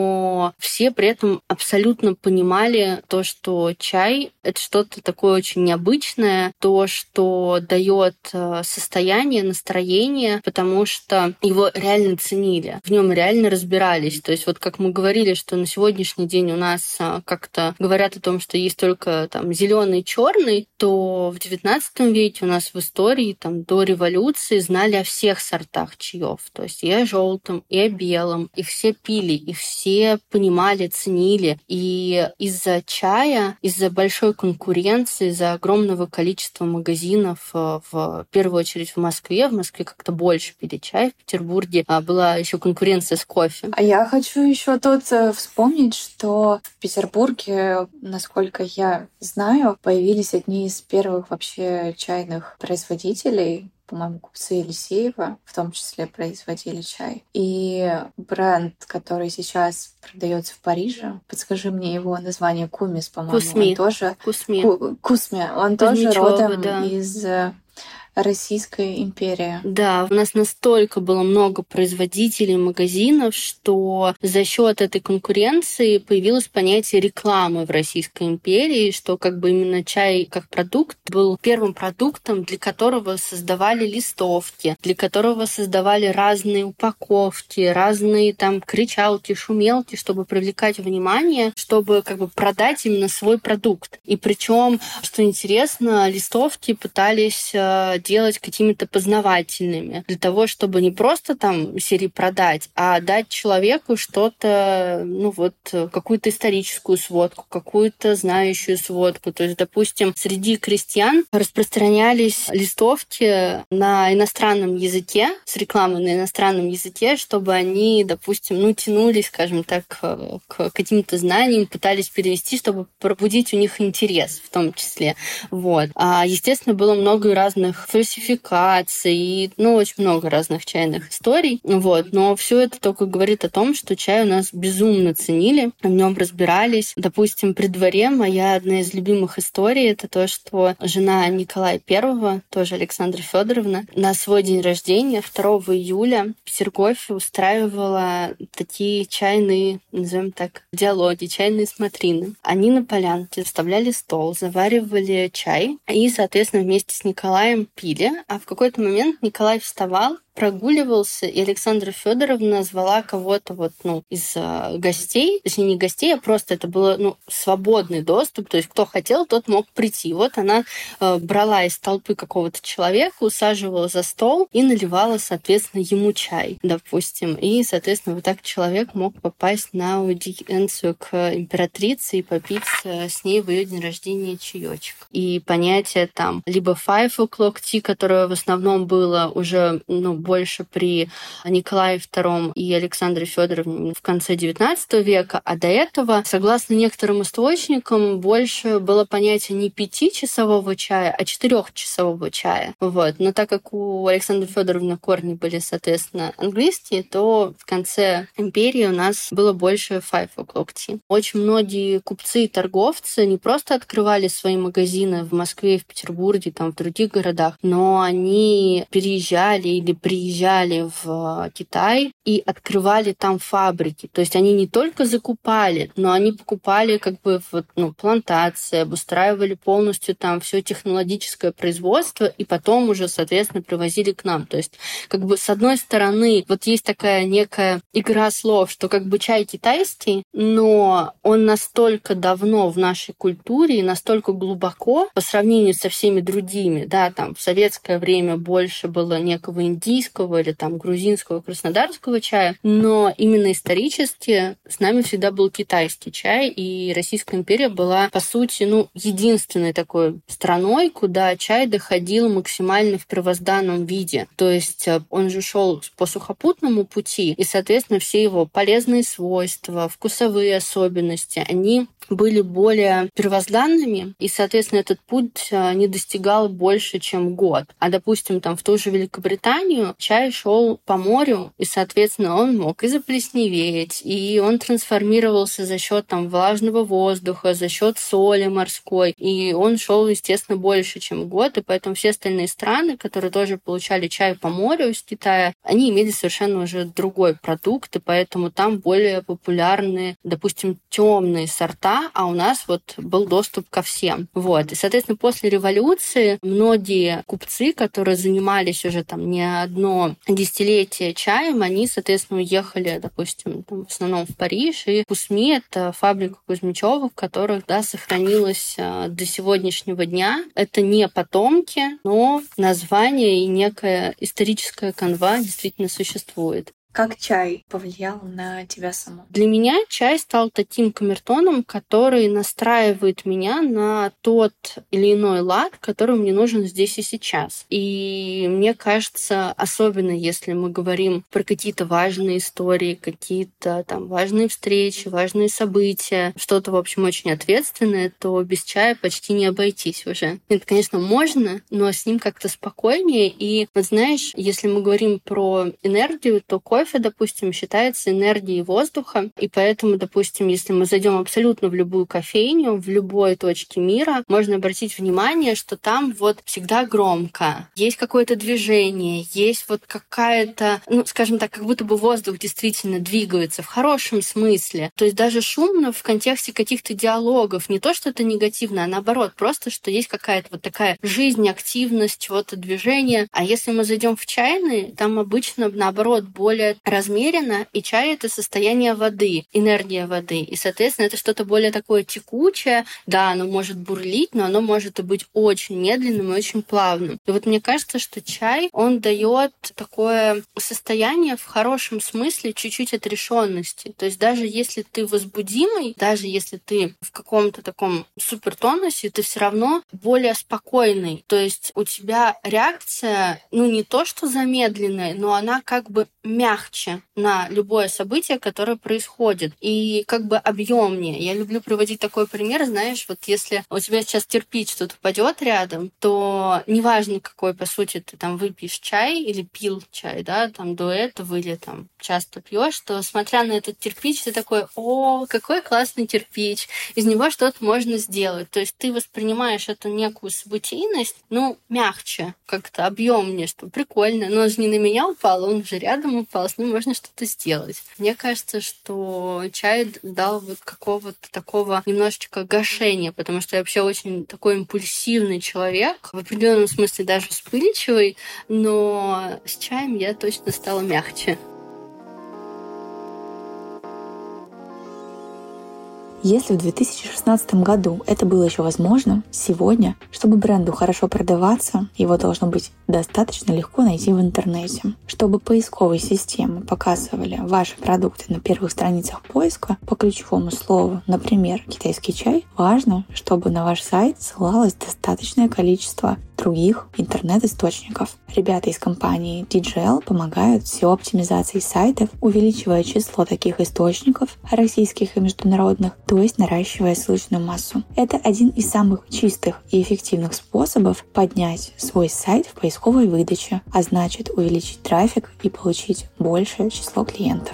но все при этом абсолютно понимали то, что чай — это что-то такое очень необычное, то, что дает состояние, настроение, потому что его реально ценили, в нем реально разбирались. То есть как мы говорили, что на сегодняшний день у нас как-то говорят о том, что есть только зеленый, черный, то в XIX веке у нас в истории до революции знали о всех сортах чаев. То есть и о желтом, и о белом. И все пили, и все понимали, ценили. И из-за чая, из-за большой конкуренции, из-за огромного количества магазинов, в первую очередь в Москве как-то больше пили чай. В Петербурге была еще конкуренция с кофе. А я хочу еще тут вспомнить, что в Петербурге, насколько я знаю, появились одни из первых вообще чайных производителей. По-моему, купцы Елисеева в том числе производили чай. И бренд, который сейчас продается в Париже, подскажи мне его название, Кумис, по-моему. Кусми. Он тоже... Кусми. Кусми. Он тоже родом из Российской империи. Да, у нас настолько было много производителей, магазинов, что за счет этой конкуренции появилось понятие рекламы в Российской империи, что именно чай как продукт был первым продуктом, для которого создавали листовки, для которого создавали разные упаковки, разные кричалки, шумелки, чтобы привлекать внимание, чтобы продать именно свой продукт. И причем, что интересно, листовки пытались делать какими-то познавательными, для того, чтобы не просто серии продать, а дать человеку что-то, какую-то историческую сводку, какую-то знающую сводку. То есть, допустим, среди крестьян распространялись листовки на иностранном языке, с рекламой на иностранном языке, чтобы они, допустим, тянулись, скажем так, к каким-то знаниям, пытались перевести, чтобы пробудить у них интерес в том числе. Вот. А, естественно, было много разных фальсификаций, и, очень много разных чайных историй. Но все это только говорит о том, что чай у нас безумно ценили, в нем разбирались. Допустим, при дворе моя одна из любимых историй — это то, что жена Николая I, тоже Александра Федоровна, на свой день рождения, 2 июля, в Петергофе устраивала такие чайные, назовем так, диалоги, чайные смотрины. Они на полянке вставляли стол, заваривали чай и, соответственно, вместе с Николаем пили. А в какой-то момент Николай вставал, прогуливался, и Александра Федоровна звала кого-то из гостей, точнее, не гостей, а просто это было свободный доступ, то есть кто хотел, тот мог прийти. Она брала из толпы какого-то человека, усаживала за стол и наливала, соответственно, ему чай, допустим. И, соответственно, вот так человек мог попасть на аудиенцию к императрице и попить с ней в ее день рождения чаечек. И понятие там либо 5 o'clock tea, которое в основном было уже больше при Николае II и Александре Федоровне в конце XIX века, а до этого, согласно некоторым источникам, больше было понятие не 5-часового чая, а 4-часового чая. Но так как у Александры Федоровны корни были, соответственно, английские, то в конце империи у нас было больше 5 o'clock tea. Очень многие купцы и торговцы не просто открывали свои магазины в Москве, в Петербурге, в других городах, но они переезжали или приезжали в Китай и открывали там фабрики. То есть они не только закупали, но они покупали плантации, обустраивали полностью там все технологическое производство и потом уже, соответственно, привозили к нам. То есть с одной стороны есть такая некая игра слов, что чай китайский, но он настолько давно в нашей культуре и настолько глубоко по сравнению со всеми другими. В советское время больше было некого индийского или грузинского, краснодарского чая, но именно исторически с нами всегда был китайский чай, и Российская империя была, по сути, единственной такой страной, куда чай доходил максимально в первозданном виде. То есть он же шел по сухопутному пути, и, соответственно, все его полезные свойства, вкусовые особенности, они были более первозданными, и, соответственно, этот путь не достигал больше, чем год. А, допустим, в ту же Великобританию чай шел по морю, и, соответственно, он мог и заплесневеть, и он трансформировался за счет влажного воздуха, за счет соли морской, и он шел, естественно, больше, чем год, и поэтому все остальные страны, которые тоже получали чай по морю из Китая, они имели совершенно уже другой продукт, и поэтому там более популярны, допустим, темные сорта, а у нас был доступ ко всем. И, соответственно, после революции многие купцы, которые занимались уже не одно десятилетие чаем, они, соответственно, уехали, допустим, в основном в Париж, и Кусми — это фабрика Кузьмичёва, в которых, сохранилась до сегодняшнего дня. Это не потомки, но название и некая историческая канва действительно существует. Как чай повлиял на тебя саму? Для меня чай стал таким камертоном, который настраивает меня на тот или иной лад, который мне нужен здесь и сейчас. И мне кажется, особенно если мы говорим про какие-то важные истории, какие-то важные встречи, важные события, что-то, в общем, очень ответственное, то без чая почти не обойтись уже. Это, конечно, можно, но с ним как-то спокойнее. И, знаешь, если мы говорим про энергию, то кофе, допустим, считается энергией воздуха, и поэтому, допустим, если мы зайдем абсолютно в любую кофейню, в любой точке мира, можно обратить внимание, что там всегда громко, есть какое-то движение, есть какая-то, скажем так, как будто бы воздух действительно двигается в хорошем смысле. То есть даже шумно в контексте каких-то диалогов, не то, что это негативно, а наоборот, просто, что есть какая-то такая жизнь, активность, чего-то движение. А если мы зайдем в чайный, там обычно, наоборот, более размеренно, и чай — это состояние воды, энергия воды. И, соответственно, это что-то более такое текучее. Да, оно может бурлить, но оно может и быть очень медленным и очень плавным. И мне кажется, что чай, он дает такое состояние в хорошем смысле чуть-чуть отрешенности. То есть даже если ты возбудимый, даже если ты в каком-то таком супертонусе, ты все равно более спокойный. То есть у тебя реакция, не то что замедленная, но она как бы мягкая. мягче на любое событие, которое происходит, и как бы объемнее. Я люблю приводить такой пример, знаешь, вот если у тебя сейчас кирпич тут упадет рядом, то неважно, какой, по сути, ты там выпьешь чай или пил чай, да, там до этого или там часто пьешь, то смотря на этот кирпич, ты такой: о, какой классный кирпич, из него что-то можно сделать. То есть ты воспринимаешь эту некую событийность, мягче, как-то объемнее, что прикольно. Но он же не на меня упал, он же рядом упал, с ним можно что-то сделать. Мне кажется, что чай дал вот какого-то такого немножечко гашения, потому что я вообще очень такой импульсивный человек, в определенном смысле даже вспыльчивый, но с чаем я точно стала мягче. Если в 2016 году это было еще возможно, сегодня, чтобы бренду хорошо продаваться, его должно быть достаточно легко найти в интернете. Чтобы поисковые системы показывали ваши продукты на первых страницах поиска по ключевому слову, например, китайский чай, важно, чтобы на ваш сайт ссылалось достаточное количество других интернет-источников. Ребята из компании DJL помогают SEO-оптимизации сайтов, увеличивая число таких источников, российских и международных, то есть наращивая ссылочную массу. Это один из самых чистых и эффективных способов поднять свой сайт в поисковой выдаче, а значит увеличить трафик и получить большее число клиентов.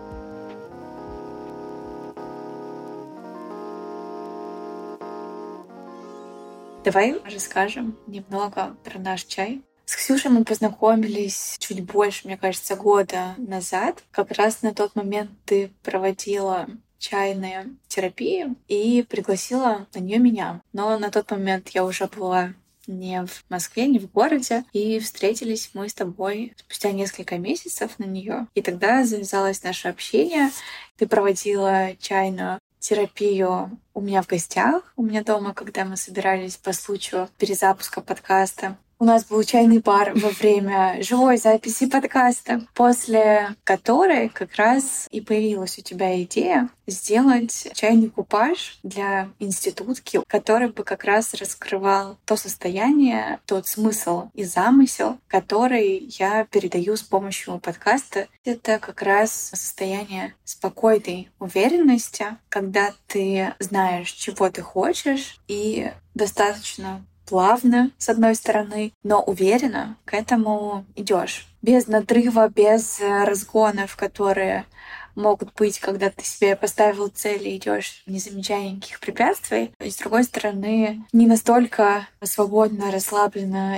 Давай расскажем немного про наш чай. С Ксюшей мы познакомились чуть больше, мне кажется, года назад. Как раз на тот момент ты проводила чайную терапию и пригласила на нее меня. Но на тот момент я уже была не в Москве, не в городе, и встретились мы с тобой спустя несколько месяцев на нее. И тогда завязалось наше общение. Ты проводила чайную терапию у меня в гостях, у меня дома, когда мы собирались по случаю перезапуска подкаста. У нас был чайный бар во время живой записи подкаста, после которой как раз и появилась у тебя идея сделать чайный купаж для институтки, который бы как раз раскрывал то состояние, тот смысл и замысел, который я передаю с помощью подкаста. Это как раз состояние спокойной уверенности, когда ты знаешь, чего ты хочешь, и достаточно плавно, с одной стороны, но уверенно к этому идешь. Без надрыва, без разгонов, которые могут быть, когда ты себе поставил цель и идешь, не замечая никаких препятствий. И с другой стороны, не настолько свободно, расслабленно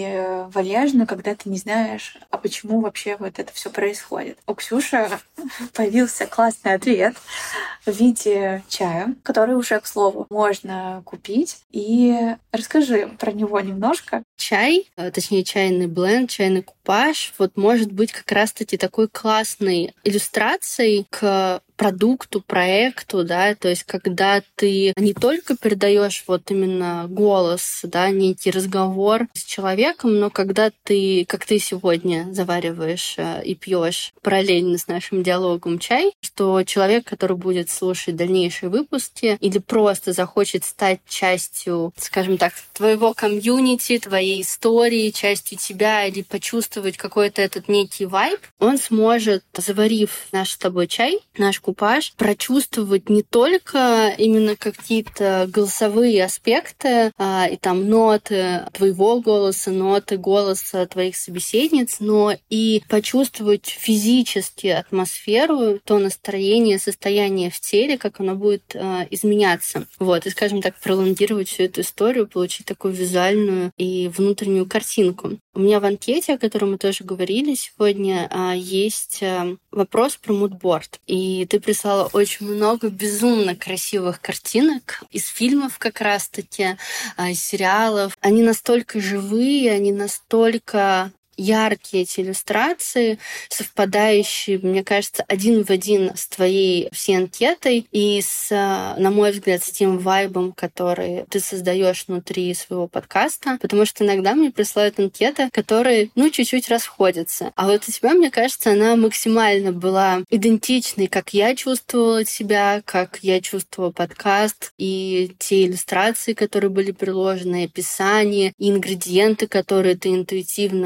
и вальяжно, когда ты не знаешь, а почему вообще вот это все происходит. У Ксюши появился классный ответ в виде чая, который уже, к слову, можно купить. И расскажи про него немножко. Чай, точнее чайный бленд, чайный купаж, вот может быть как раз-таки такой классной иллюстрацией к продукту, проекту, да, то есть когда ты не только передаешь вот именно голос, да, некий разговор с человеком, но когда ты, как ты сегодня завариваешь и пьешь параллельно с нашим диалогом чай, что человек, который будет слушать дальнейшие выпуски или просто захочет стать частью, скажем так, твоего комьюнити, твоей истории, частью тебя или почувствовать какой-то этот некий вайб, он сможет, заварив наш с тобой чай, наш купаж, прочувствовать не только именно какие-то голосовые аспекты и там ноты твоего голоса, ноты голоса твоих собеседниц, но и почувствовать физически атмосферу, то настроение, состояние в теле, как оно будет изменяться. Вот, и, скажем так, пролонгировать всю эту историю, получить такую визуальную и внутреннюю картинку. У меня в анкете, о которой мы тоже говорили сегодня, есть вопрос про мудборд. И ты прислала очень много безумно красивых картинок из фильмов как раз-таки, из сериалов. Они настолько живые, они настолько яркие эти иллюстрации, совпадающие, мне кажется, один в один с твоей всей анкетой и с, на мой взгляд, с тем вайбом, который ты создаешь внутри своего подкаста, потому что иногда мне присылают анкеты, которые, чуть-чуть расходятся. А вот у тебя, мне кажется, она максимально была идентичной, как я чувствовала себя, как я чувствовала подкаст, и те иллюстрации, которые были приложены, и описание, и ингредиенты, которые ты интуитивно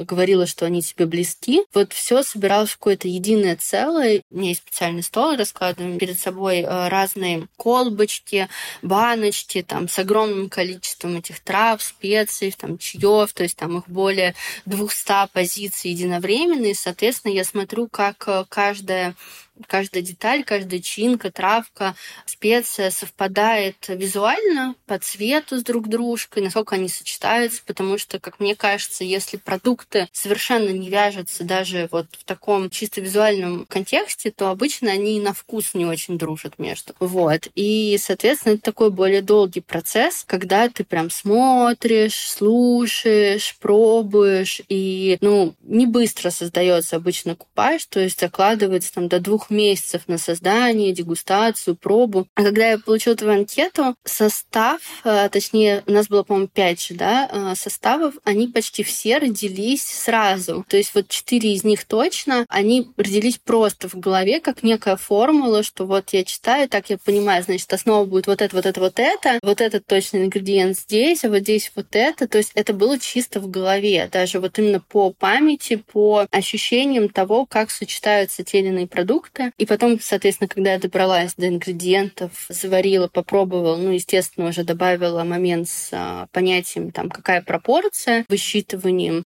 говорила, что они тебе близки. Вот все собиралось в какое-то единое целое. У меня есть специальный стол, раскладываем перед собой разные колбочки, баночки, там, с огромным количеством этих трав, специй, там, чаев, то есть там их более 200 позиций единовременно, и, соответственно, я смотрю, как каждая деталь, каждая чинка, травка, специя совпадает визуально по цвету с друг дружкой, насколько они сочетаются, потому что, как мне кажется, если продукты совершенно не вяжутся даже вот в таком чисто визуальном контексте, то обычно они и на вкус не очень дружат между. Вот. И, соответственно, это такой более долгий процесс, когда ты прям смотришь, слушаешь, пробуешь, и, не быстро создается обычно купаж, то есть закладывается там до 2 месяцев на создание, дегустацию, пробу. А когда я получила твою анкету, состав, точнее, у нас было, по-моему, 5 же, составов, они почти все родились сразу. То есть вот 4 из них точно, они родились просто в голове, как некая формула, что вот я читаю, так я понимаю, значит, основа будет вот это, вот это, вот это, вот этот точный ингредиент здесь, а вот здесь вот это. То есть это было чисто в голове, даже вот именно по памяти, по ощущениям того, как сочетаются те или иные продукты. И потом, соответственно, когда я добралась до ингредиентов, заварила, попробовала, естественно, уже добавила момент с понятием, там, какая пропорция, высчитыванием,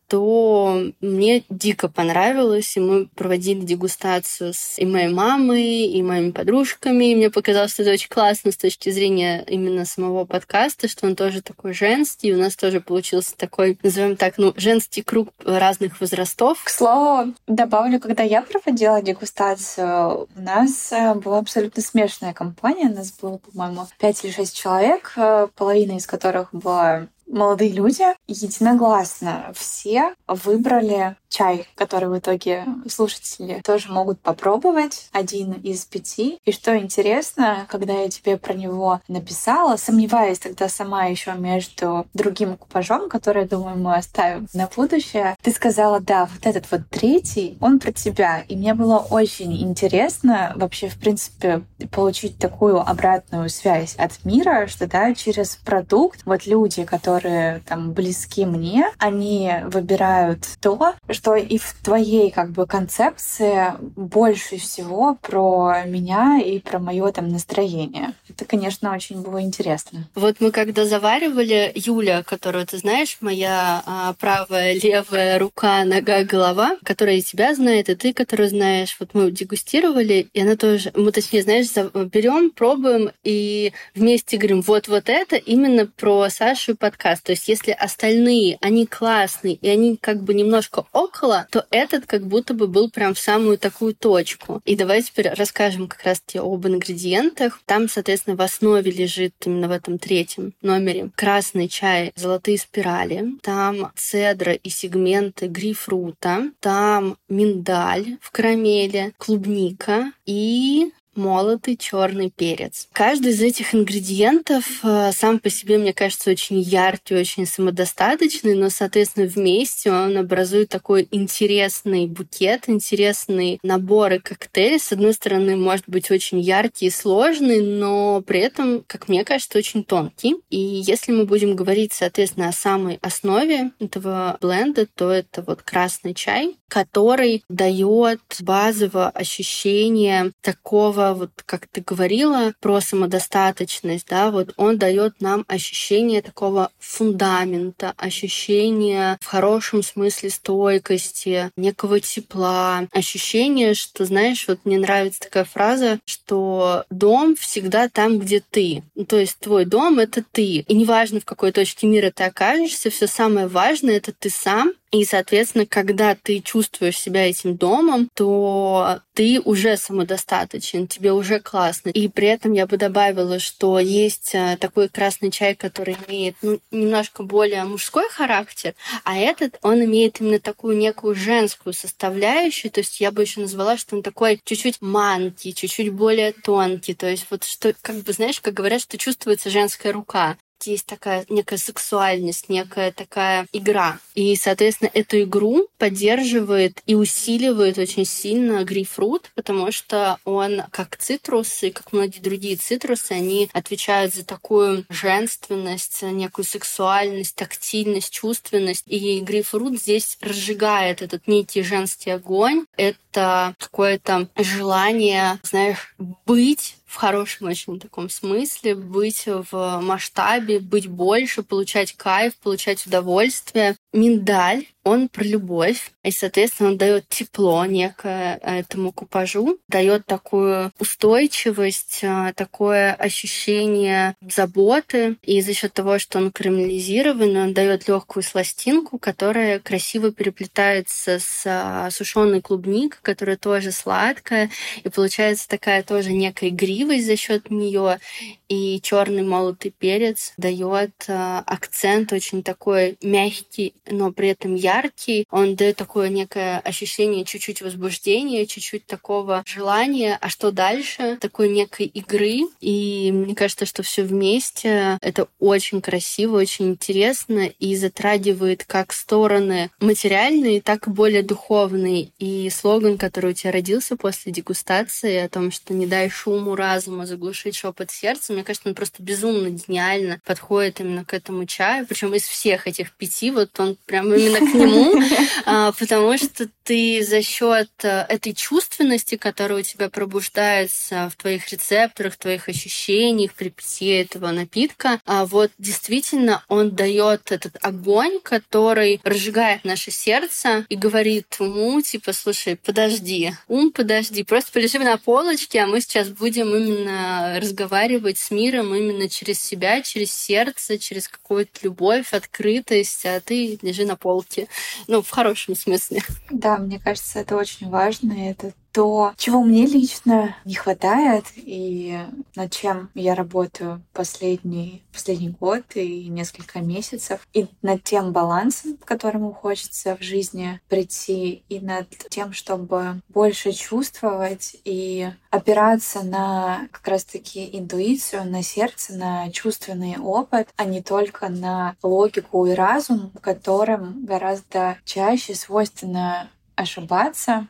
то мне дико понравилось, и мы проводили дегустацию с и моей мамой, и моими подружками, и мне показалось, что это очень классно с точки зрения именно самого подкаста, что он тоже такой женский, и у нас тоже получился такой, назовем так, женский круг разных возрастов. К слову, добавлю, когда я проводила дегустацию, у нас была абсолютно смешанная компания. У нас было, по-моему, 5 или 6 человек, половина из которых была молодые люди. Единогласно все выбрали чай, который в итоге слушатели тоже могут попробовать, 1 из 5. И что интересно, когда я тебе про него написала, сомневаясь тогда сама еще между другим купажом, который, думаю, мы оставим на будущее, ты сказала, да, вот этот вот 3, он про тебя. И мне было очень интересно вообще, в принципе, получить такую обратную связь от мира, что, да, через продукт вот люди, которые там близки мне, они выбирают то, что и в твоей как бы концепции больше всего про меня и про мое там настроение. Это, конечно, очень было интересно. Вот мы когда заваривали, Юля, которую ты знаешь, моя правая, левая рука, нога, голова, которая и тебя знает, и ты, которую знаешь, вот мы дегустировали, и она тоже, мы, точнее, знаешь, берем, пробуем и вместе говорим, вот это именно про Сашу и подкаст. То есть если остальные, они классные, и они как бы немножко около, то этот как будто бы был прям в самую такую точку. И давай теперь расскажем как раз-таки об ингредиентах. Там, соответственно, в основе лежит именно в этом 3 номере красный чай, золотые спирали, там цедра и сегменты грейпфрута, там миндаль в карамели, клубника и молотый черный перец. Каждый из этих ингредиентов сам по себе, мне кажется, очень яркий, очень самодостаточный, но, соответственно, вместе он образует такой интересный букет, интересный набор и коктейль. С одной стороны, может быть очень яркий и сложный, но при этом, как мне кажется, очень тонкий. И если мы будем говорить, соответственно, о самой основе этого бленда, то это вот красный чай, который дает базовое ощущение такого, вот как ты говорила, про самодостаточность, да, вот он дает нам ощущение такого фундамента, ощущение в хорошем смысле стойкости, некого тепла, ощущение, что, знаешь, вот мне нравится такая фраза, что дом всегда там, где ты. То есть твой дом — это ты. И неважно, в какой точке мира ты окажешься, все самое важное — это ты сам. И, соответственно, когда ты чувствуешь себя этим домом, то ты уже самодостаточен, тебе уже классно. И при этом я бы добавила, что есть такой красный чай, который имеет немножко более мужской характер, а этот, он имеет именно такую некую женскую составляющую. То есть я бы еще назвала, что он такой чуть-чуть манкий, чуть-чуть более тонкий. То есть вот что, как бы, знаешь, как говорят, что чувствуется женская рука. есть такая некая сексуальность, некая такая игра. И, соответственно, эту игру поддерживает и усиливает очень сильно грейпфрут, потому что он, как цитрусы, как многие другие цитрусы, они отвечают за такую женственность, некую сексуальность, тактильность, чувственность. И грейпфрут здесь разжигает этот некий женский огонь. Это какое-то желание, знаешь, быть в хорошем очень таком смысле, быть в масштабе, быть больше, получать кайф, получать удовольствие. Миндаль, он про любовь, и, соответственно, он дает тепло некое этому купажу, дает такую устойчивость, такое ощущение заботы, и за счет того, что он карамелизирован, он дает легкую сластинку, которая красиво переплетается с сушеной клубникой, которая тоже сладкая, и получается такая тоже некая игривость за счет нее, и черный молотый перец дает акцент очень такой мягкий, но при этом яркий. Он дает такое некое ощущение чуть-чуть возбуждения, чуть-чуть такого желания. А что дальше? Такой некой игры. И мне кажется, что все вместе это очень красиво, очень интересно и затрагивает как стороны материальные, так и более духовные. И слоган, который у тебя родился после дегустации о том, что не дай шуму разума заглушить шепот сердца, мне кажется, он просто безумно гениально подходит именно к этому чаю. Причем из всех этих 5, вот он прям именно к нему, потому что ты за счет этой чувственности, которая у тебя пробуждается в твоих рецепторах, в твоих ощущениях при питье этого напитка, вот действительно он дает этот огонь, который разжигает наше сердце и говорит уму, типа, слушай, подожди, подожди, просто полежи на полочке, а мы сейчас будем именно разговаривать с миром именно через себя, через сердце, через какую-то любовь, открытость, а ты лежи на полке. Ну, в хорошем смысле. Да, мне кажется, это очень важно. Это то, чего мне лично не хватает, и над чем я работаю последний год и несколько месяцев, и над тем балансом, к которому хочется в жизни прийти, и над тем, чтобы больше чувствовать и опираться на как раз-таки интуицию, на сердце, на чувственный опыт, а не только на логику и разум, которым гораздо чаще свойственно ошибаться,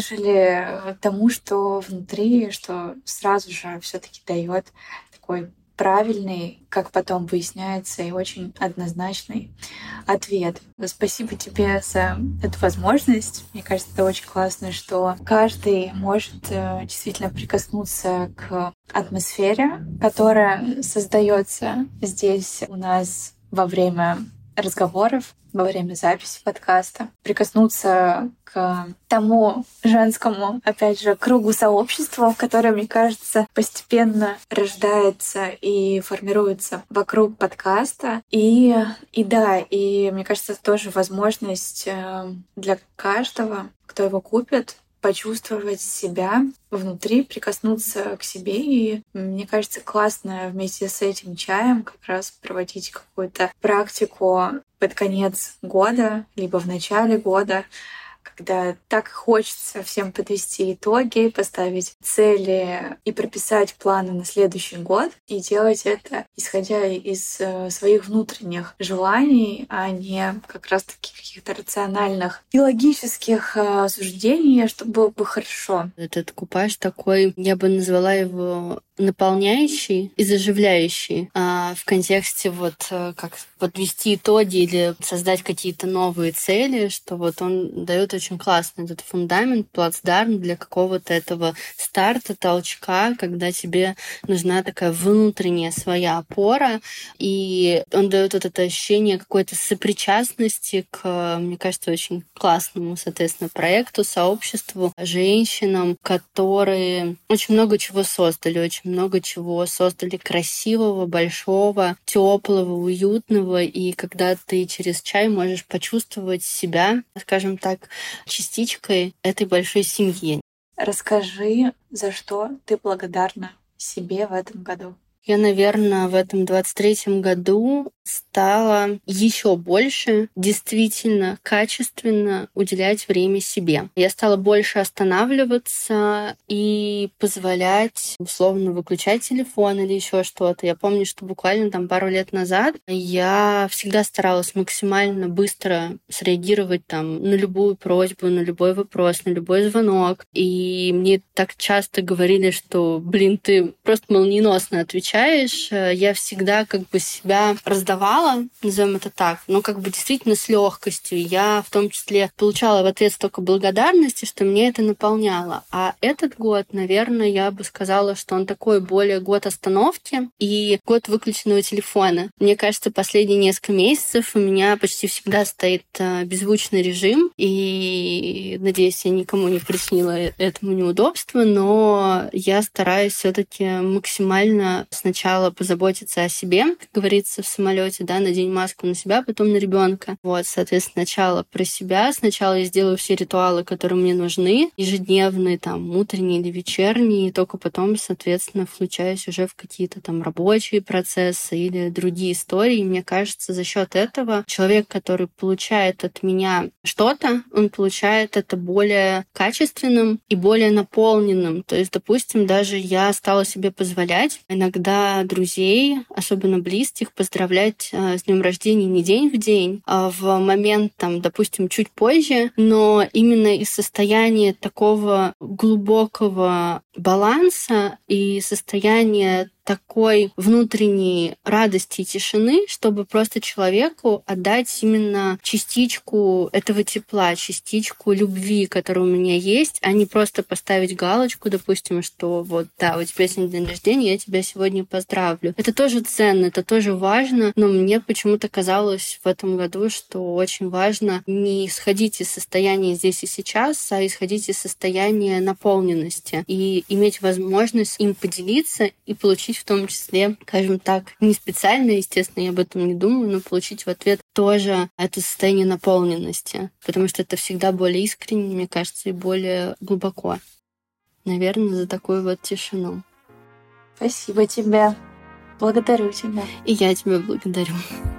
нежели тому, что внутри, что сразу же все-таки дает такой правильный, как потом выясняется, и очень однозначный ответ. Спасибо тебе за эту возможность. Мне кажется, это очень классно, что каждый может действительно прикоснуться к атмосфере, которая создается здесь у нас во время разговоров, во время записи подкаста, прикоснуться к тому женскому, опять же, кругу сообщества, которое, мне кажется, постепенно рождается и формируется вокруг подкаста. И мне кажется, это тоже возможность для каждого, кто его купит, почувствовать себя внутри, прикоснуться к себе. И мне кажется, классно вместе с этим чаем как раз проводить какую-то практику под конец года, либо в начале года, когда так хочется всем подвести итоги, поставить цели и прописать планы на следующий год, и делать это, исходя из своих внутренних желаний, а не как раз-таки каких-то рациональных и логических суждений, что было бы хорошо. Этот купаж такой, я бы назвала его наполняющий и заживляющий, в контексте вот как подвести итоги или создать какие-то новые цели, что вот он дает очень классный этот фундамент, плацдарм для какого-то этого старта, толчка, когда тебе нужна такая внутренняя своя опора, и он дает вот это ощущение какой-то сопричастности к, мне кажется, очень классному, соответственно, проекту, сообществу, женщинам, которые очень много чего создали, очень много чего создали красивого, большого, теплого, уютного, и когда ты через чай можешь почувствовать себя, скажем так, частичкой этой большой семьи. Расскажи, за что ты благодарна себе в этом году. Я, наверное, в этом 23-м году стала еще больше действительно качественно уделять время себе. Я стала больше останавливаться и позволять условно выключать телефон или еще что-то. Я помню, что буквально пару лет назад я всегда старалась максимально быстро среагировать на любую просьбу, на любой вопрос, на любой звонок. И мне так часто говорили, что, ты просто молниеносно отвечаешь. Я всегда себя раздавала, назовем это так, но действительно с легкостью. Я в том числе получала в ответ столько благодарности, что мне это наполняло. А этот год, наверное, я бы сказала, что он такой более год остановки и год выключенного телефона. Мне кажется, последние несколько месяцев у меня почти всегда стоит беззвучный режим, и, надеюсь, я никому не причинила этому неудобства, но я стараюсь все-таки максимально сначала позаботиться о себе, как говорится в самолете, надень маску на себя, потом на ребенка. Соответственно, сначала про себя, сначала я сделаю все ритуалы, которые мне нужны, ежедневные, утренние или вечерние, и только потом, соответственно, включаюсь уже в какие-то рабочие процессы или другие истории. И мне кажется, за счет этого человек, который получает от меня что-то, он получает это более качественным и более наполненным. То есть, допустим, даже я стала себе позволять иногда друзей, особенно близких, поздравлять с днем рождения не день в день, а в момент, допустим, чуть позже, но именно из состояния такого глубокого баланса и состояния такой внутренней радости и тишины, чтобы просто человеку отдать именно частичку этого тепла, частичку любви, которая у меня есть, а не просто поставить галочку, допустим, что у тебя сегодня день рождения, я тебя сегодня поздравлю. Это тоже ценно, это тоже важно, но мне почему-то казалось в этом году, что очень важно не исходить из состояния здесь и сейчас, а исходить из состояния наполненности и иметь возможность им поделиться и получить в том числе, скажем так, не специально, естественно, я об этом не думаю, но получить в ответ тоже это состояние наполненности, потому что это всегда более искренне, мне кажется, и более глубоко. Наверное, за такую тишину. Спасибо тебе. Благодарю тебя. И я тебя благодарю.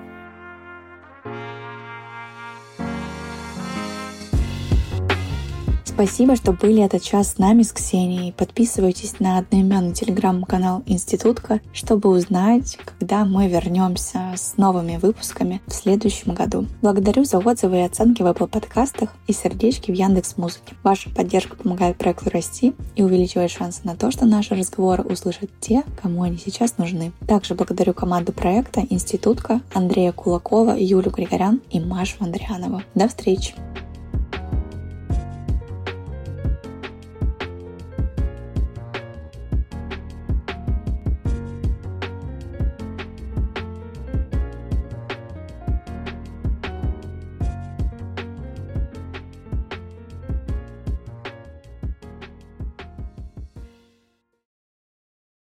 Спасибо, что были этот час с нами, с Ксенией. Подписывайтесь на одноименный телеграм-канал Институтка, чтобы узнать, когда мы вернемся с новыми выпусками в следующем году. Благодарю за отзывы и оценки в Apple подкастах и сердечки в Яндекс.Музыке. Ваша поддержка помогает проекту расти и увеличивает шансы на то, что наши разговоры услышат те, кому они сейчас нужны. Также благодарю команду проекта Институтка, Андрея Кулакова, Юлю Григорян и Машу Андрианову. До встречи!